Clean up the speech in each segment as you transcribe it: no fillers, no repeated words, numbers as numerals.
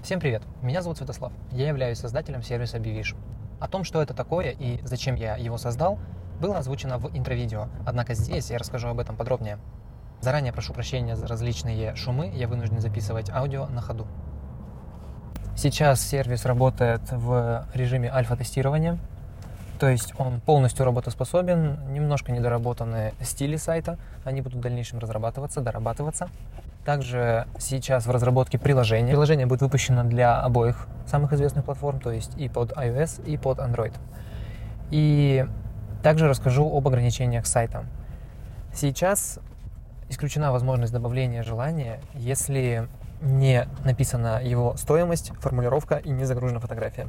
Всем привет, меня зовут Святослав, я являюсь создателем сервиса Bevish. О том, что это такое и зачем я его создал, было озвучено в интровидео, однако здесь я расскажу об этом подробнее. Заранее прошу прощения за различные шумы, я вынужден записывать аудио на ходу. Сейчас сервис работает в режиме альфа-тестирования, то есть он полностью работоспособен, немножко недоработаны стили сайта, они будут в дальнейшем разрабатываться, дорабатываться. Также сейчас в разработке приложение. Приложение будет выпущено для обоих самых известных платформ, то есть и под iOS, и под Android. И также расскажу об ограничениях сайта. Сейчас исключена возможность добавления желания, если не написана его стоимость, формулировка и не загружена фотография.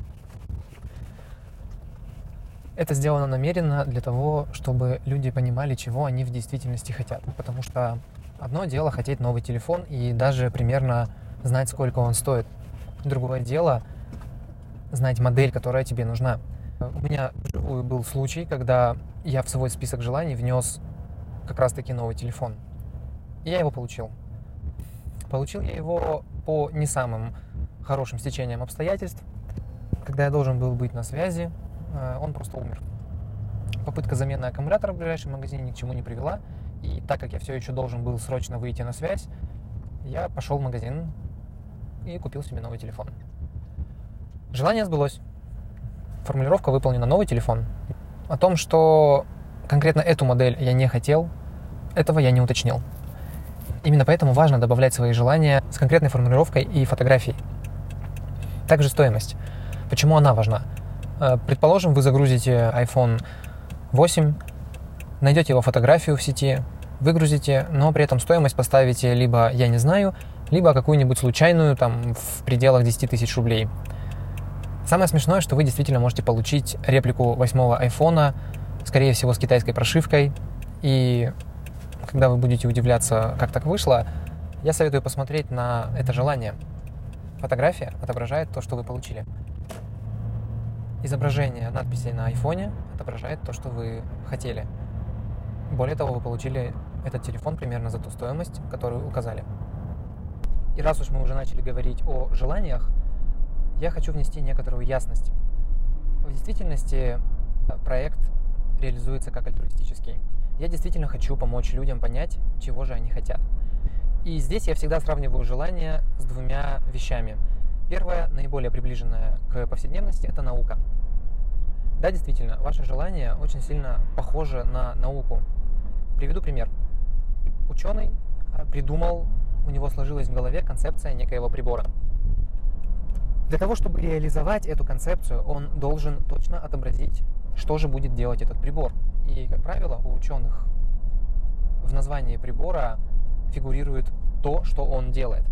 Это сделано намеренно для того, чтобы люди понимали, чего они в действительности хотят. Потому что одно дело хотеть новый телефон и даже примерно знать, сколько он стоит. Другое дело знать модель, которая тебе нужна. У меня был случай, когда я в свой список желаний внес как раз-таки новый телефон. И я его получил. Получил я его по не самым хорошим стечениям обстоятельств. Когда я должен был быть на связи, он просто умер. Попытка замены аккумулятора в ближайшем магазине ни к чему не привела. И так как я все еще должен был срочно выйти на связь, я пошел в магазин и купил себе новый телефон. Желание сбылось. Формулировка выполнена: новый телефон. О том, что конкретно эту модель я не хотел, этого я не уточнил. Именно поэтому важно добавлять свои желания с конкретной формулировкой и фотографией. Также стоимость. Почему она важна? Предположим, вы загрузите iPhone 8, найдете его фотографию в сети, выгрузите, но при этом стоимость поставите либо «я не знаю», либо какую-нибудь случайную, там, в пределах 10 тысяч рублей. Самое смешное, что вы действительно можете получить реплику 8-го айфона, скорее всего, с китайской прошивкой, и когда вы будете удивляться, как так вышло, я советую посмотреть на это желание. Фотография отображает то, что вы получили. Изображение надписей на айфоне отображает то, что вы хотели. Более того, вы получили этот телефон примерно за ту стоимость, которую указали. И раз уж мы уже начали говорить о желаниях, я хочу внести некоторую ясность. В действительности проект реализуется как альтруистический. Я действительно хочу помочь людям понять, чего же они хотят. И здесь я всегда сравниваю желание с двумя вещами. Первое, наиболее приближенное к повседневности, это наука. Да, действительно, ваше желание очень сильно похоже на науку. Приведу пример. Ученый придумал, у него сложилась в голове концепция некоего прибора. Для того, чтобы реализовать эту концепцию, он должен точно отобразить, что же будет делать этот прибор. И, как правило, у ученых в названии прибора фигурирует то, что он делает.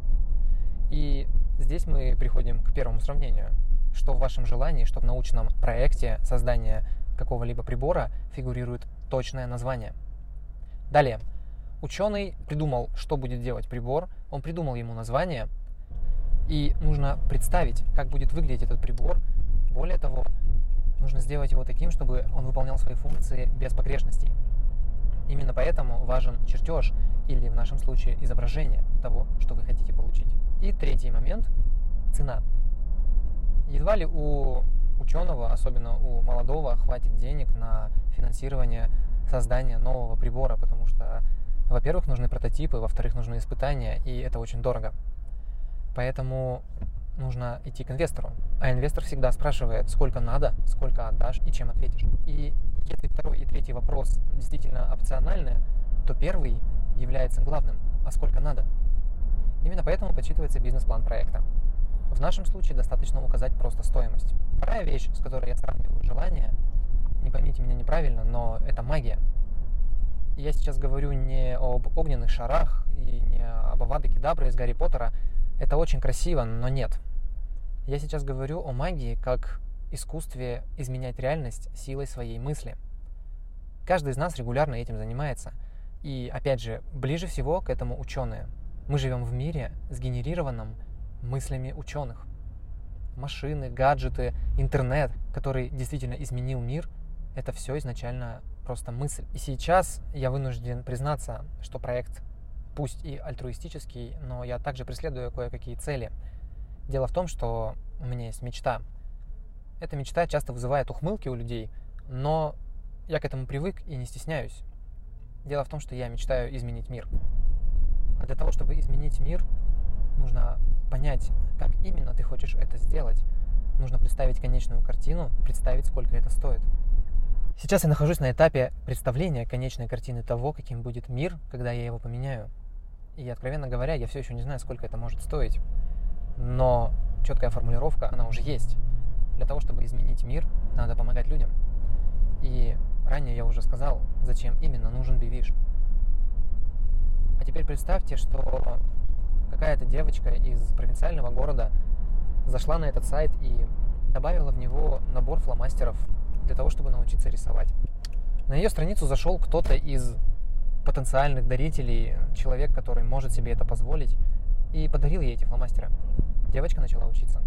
И здесь мы приходим к первому сравнению, что в вашем желании, что в научном проекте создания какого-либо прибора фигурирует точное название. Далее. Ученый придумал, что будет делать прибор, он придумал ему название, и нужно представить, как будет выглядеть этот прибор. Более того, нужно сделать его таким, чтобы он выполнял свои функции без погрешностей. Именно поэтому важен чертеж, или в нашем случае изображение того, что вы хотите получить. И третий момент – цена. Едва ли у ученого, особенно у молодого, хватит денег на финансирование создания нового прибора, потому что, во-первых, нужны прототипы, во-вторых, нужны испытания, и это очень дорого. Поэтому нужно идти к инвестору. А инвестор всегда спрашивает, сколько надо, сколько отдашь и чем ответишь. И если второй и третий вопрос действительно опциональны, то первый является главным. А сколько надо? Именно поэтому подсчитывается бизнес-план проекта. В нашем случае достаточно указать просто стоимость. Вторая вещь, с которой я сравниваю желание, не поймите меня неправильно, но это магия. И я сейчас говорю не об огненных шарах и не об Аваде Кедавре из Гарри Поттера. Это очень красиво, но нет. Я сейчас говорю о магии как искусстве изменять реальность силой своей мысли. Каждый из нас регулярно этим занимается. И, опять же, ближе всего к этому ученые. Мы живем в мире, сгенерированном мыслями ученых. Машины, гаджеты, интернет, который действительно изменил мир, это все изначально просто мысль. И сейчас я вынужден признаться, что проект пусть и альтруистический, но я также преследую кое-какие цели. Дело в том, что у меня есть мечта. Эта мечта часто вызывает ухмылки у людей, но я к этому привык и не стесняюсь. Дело в том, что я мечтаю изменить мир. А для того, чтобы изменить мир, нужно понять, как именно ты хочешь это сделать. Нужно представить конечную картину, представить, сколько это стоит. Сейчас я нахожусь на этапе представления конечной картины того, каким будет мир, когда я его поменяю. И, откровенно говоря, я все еще не знаю, сколько это может стоить. Но четкая формулировка, она уже есть. Для того, чтобы изменить мир, надо помогать людям. И ранее я уже сказал, зачем именно нужен BeWish. А теперь представьте, что какая-то девочка из провинциального города зашла на этот сайт и добавила в него набор фломастеров для того, чтобы научиться рисовать. На ее страницу зашел кто-то из потенциальных дарителей, человек, который может себе это позволить, и подарил ей эти фломастеры. Девочка начала учиться.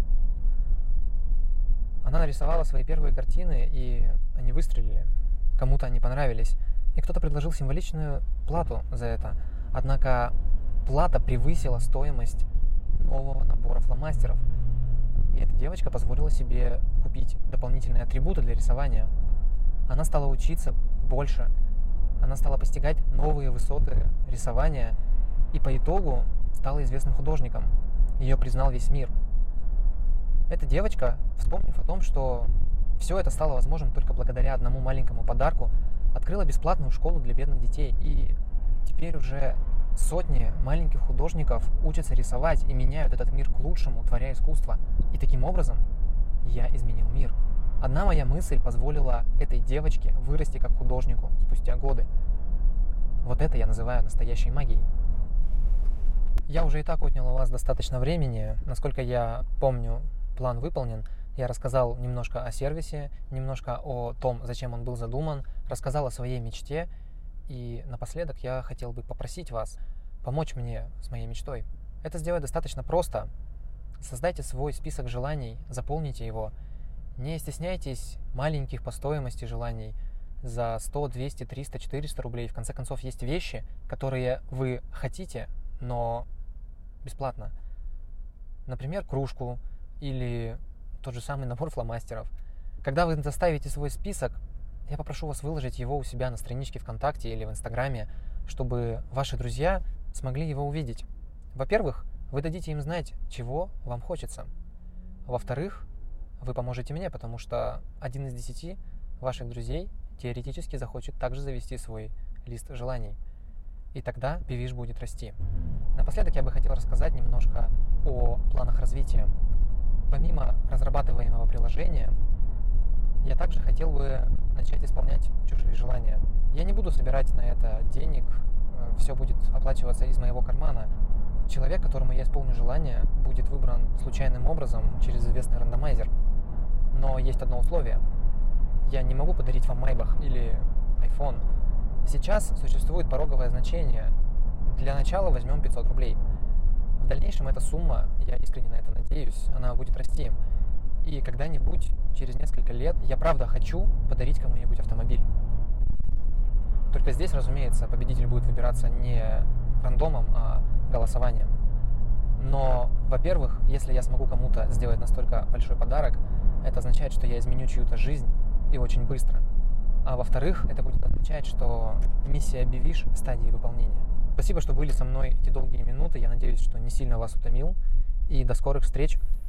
Она нарисовала свои первые картины, и они выстрелили. Кому-то они понравились. И кто-то предложил символичную плату за это. Однако плата превысила стоимость нового набора фломастеров. И эта девочка позволила себе купить дополнительные атрибуты для рисования. Она стала учиться больше. Она стала постигать новые высоты рисования. И по итогу стала известным художником. Ее признал весь мир. Эта девочка, вспомнив о том, что все это стало возможным только благодаря одному маленькому подарку, открыла бесплатную школу для бедных детей. И теперь уже сотни маленьких художников учатся рисовать и меняют этот мир к лучшему, творя искусство. И таким образом я изменил мир. Одна моя мысль позволила этой девочке вырасти как художнику спустя годы. Вот это я называю настоящей магией. Я уже и так отнял у вас достаточно времени. Насколько я помню, план выполнен. Я рассказал немножко о сервисе, немножко о том, зачем он был задуман, рассказал о своей мечте. И напоследок я хотел бы попросить вас помочь мне с моей мечтой. Это сделать достаточно просто. Создайте свой список желаний, заполните его. Не стесняйтесь маленьких по стоимости желаний за 100, 200, 300, 400 рублей. В конце концов, есть вещи, которые вы хотите, но бесплатно. Например, кружку или тот же самый набор фломастеров. Когда вы составите свой список, я попрошу вас выложить его у себя на страничке ВКонтакте или в Инстаграме, чтобы ваши друзья смогли его увидеть. Во-первых, вы дадите им знать, чего вам хочется. Во-вторых, вы поможете мне, потому что 1 из 10 ваших друзей теоретически захочет также завести свой лист желаний. И тогда BeWish будет расти. Напоследок я бы хотел рассказать немножко о планах развития. Помимо разрабатываемого приложения, я также хотел бы начать исполнять чужие желания. Я не буду собирать на это денег, все будет оплачиваться из моего кармана. Человек, которому я исполню желание, будет выбран случайным образом через известный рандомайзер. Но есть одно условие. Я не могу подарить вам Maybach или iPhone. Сейчас существует пороговое значение. Для начала возьмем 500 рублей. В дальнейшем эта сумма, я искренне на это надеюсь, она будет расти. И когда-нибудь, через несколько лет, я правда хочу подарить кому-нибудь автомобиль. Только здесь, разумеется, победитель будет выбираться не рандомом, а голосованием. Но, во-первых, если я смогу кому-то сделать настолько большой подарок, это означает, что я изменю чью-то жизнь и очень быстро. А во-вторых, это будет означать, что миссия BeWish в стадии выполнения. Спасибо, что были со мной эти долгие минуты. Я надеюсь, что не сильно вас утомил. И до скорых встреч!